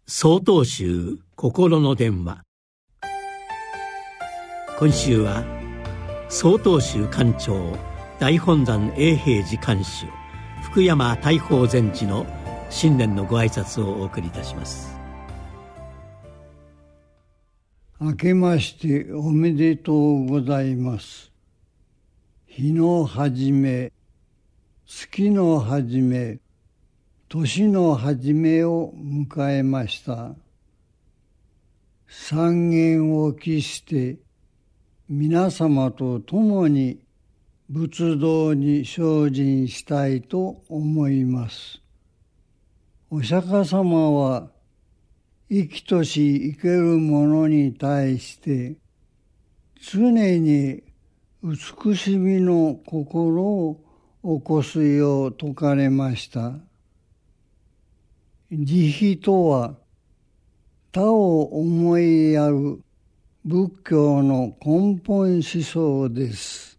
曹洞宗心の電話。今週は曹洞宗館長大本山永平寺館主福山大宝禅師の新年のご挨拶をお送りいたします。 明けましておめでとうございます。日の初め、月の初め、年の初めを迎えました。三元を期して皆様と共に仏道に精進したいと思います。お釈迦様は生きとし生けるものに対して常に慈しみの心を起こすよう説かれました。慈悲とは他を思いやる仏教の根本思想です。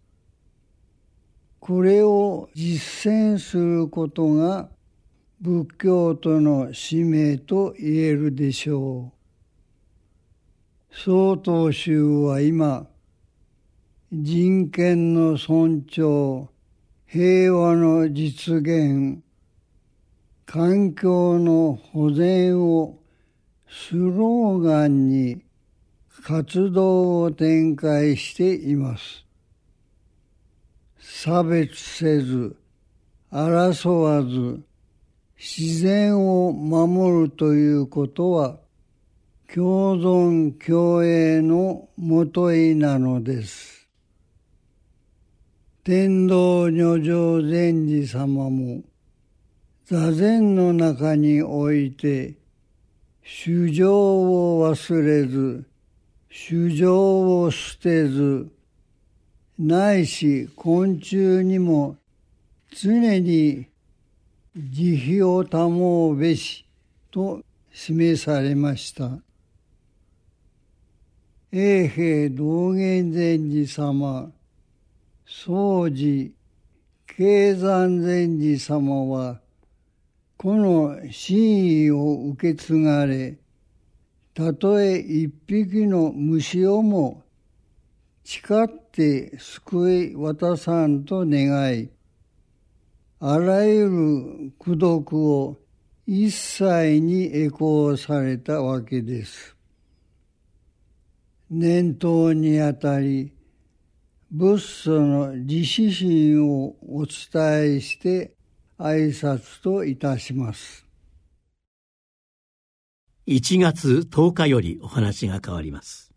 これを実践することが仏教徒の使命と言えるでしょう。曹洞宗は今、人権の尊重、平和の実現、環境の保全をスローガンに活動を展開しています。差別せず、争わず、自然を守るということは共存共栄のもといなのです。天道如上禅師様も座禅の中において衆生を忘れず、衆生を捨てず、ないし昆虫にも常に慈悲を保うべしと示されました。永平道元禅師様、宗持恵山禅師様はこの真意を受け継がれ、たとえ一匹の虫をも誓って救い渡さんと願い、あらゆる功徳を一切に回向されたわけです。念頭にあたり、仏祖の自死心をお伝えして挨拶といたします。 1月10日よりお話が変わります。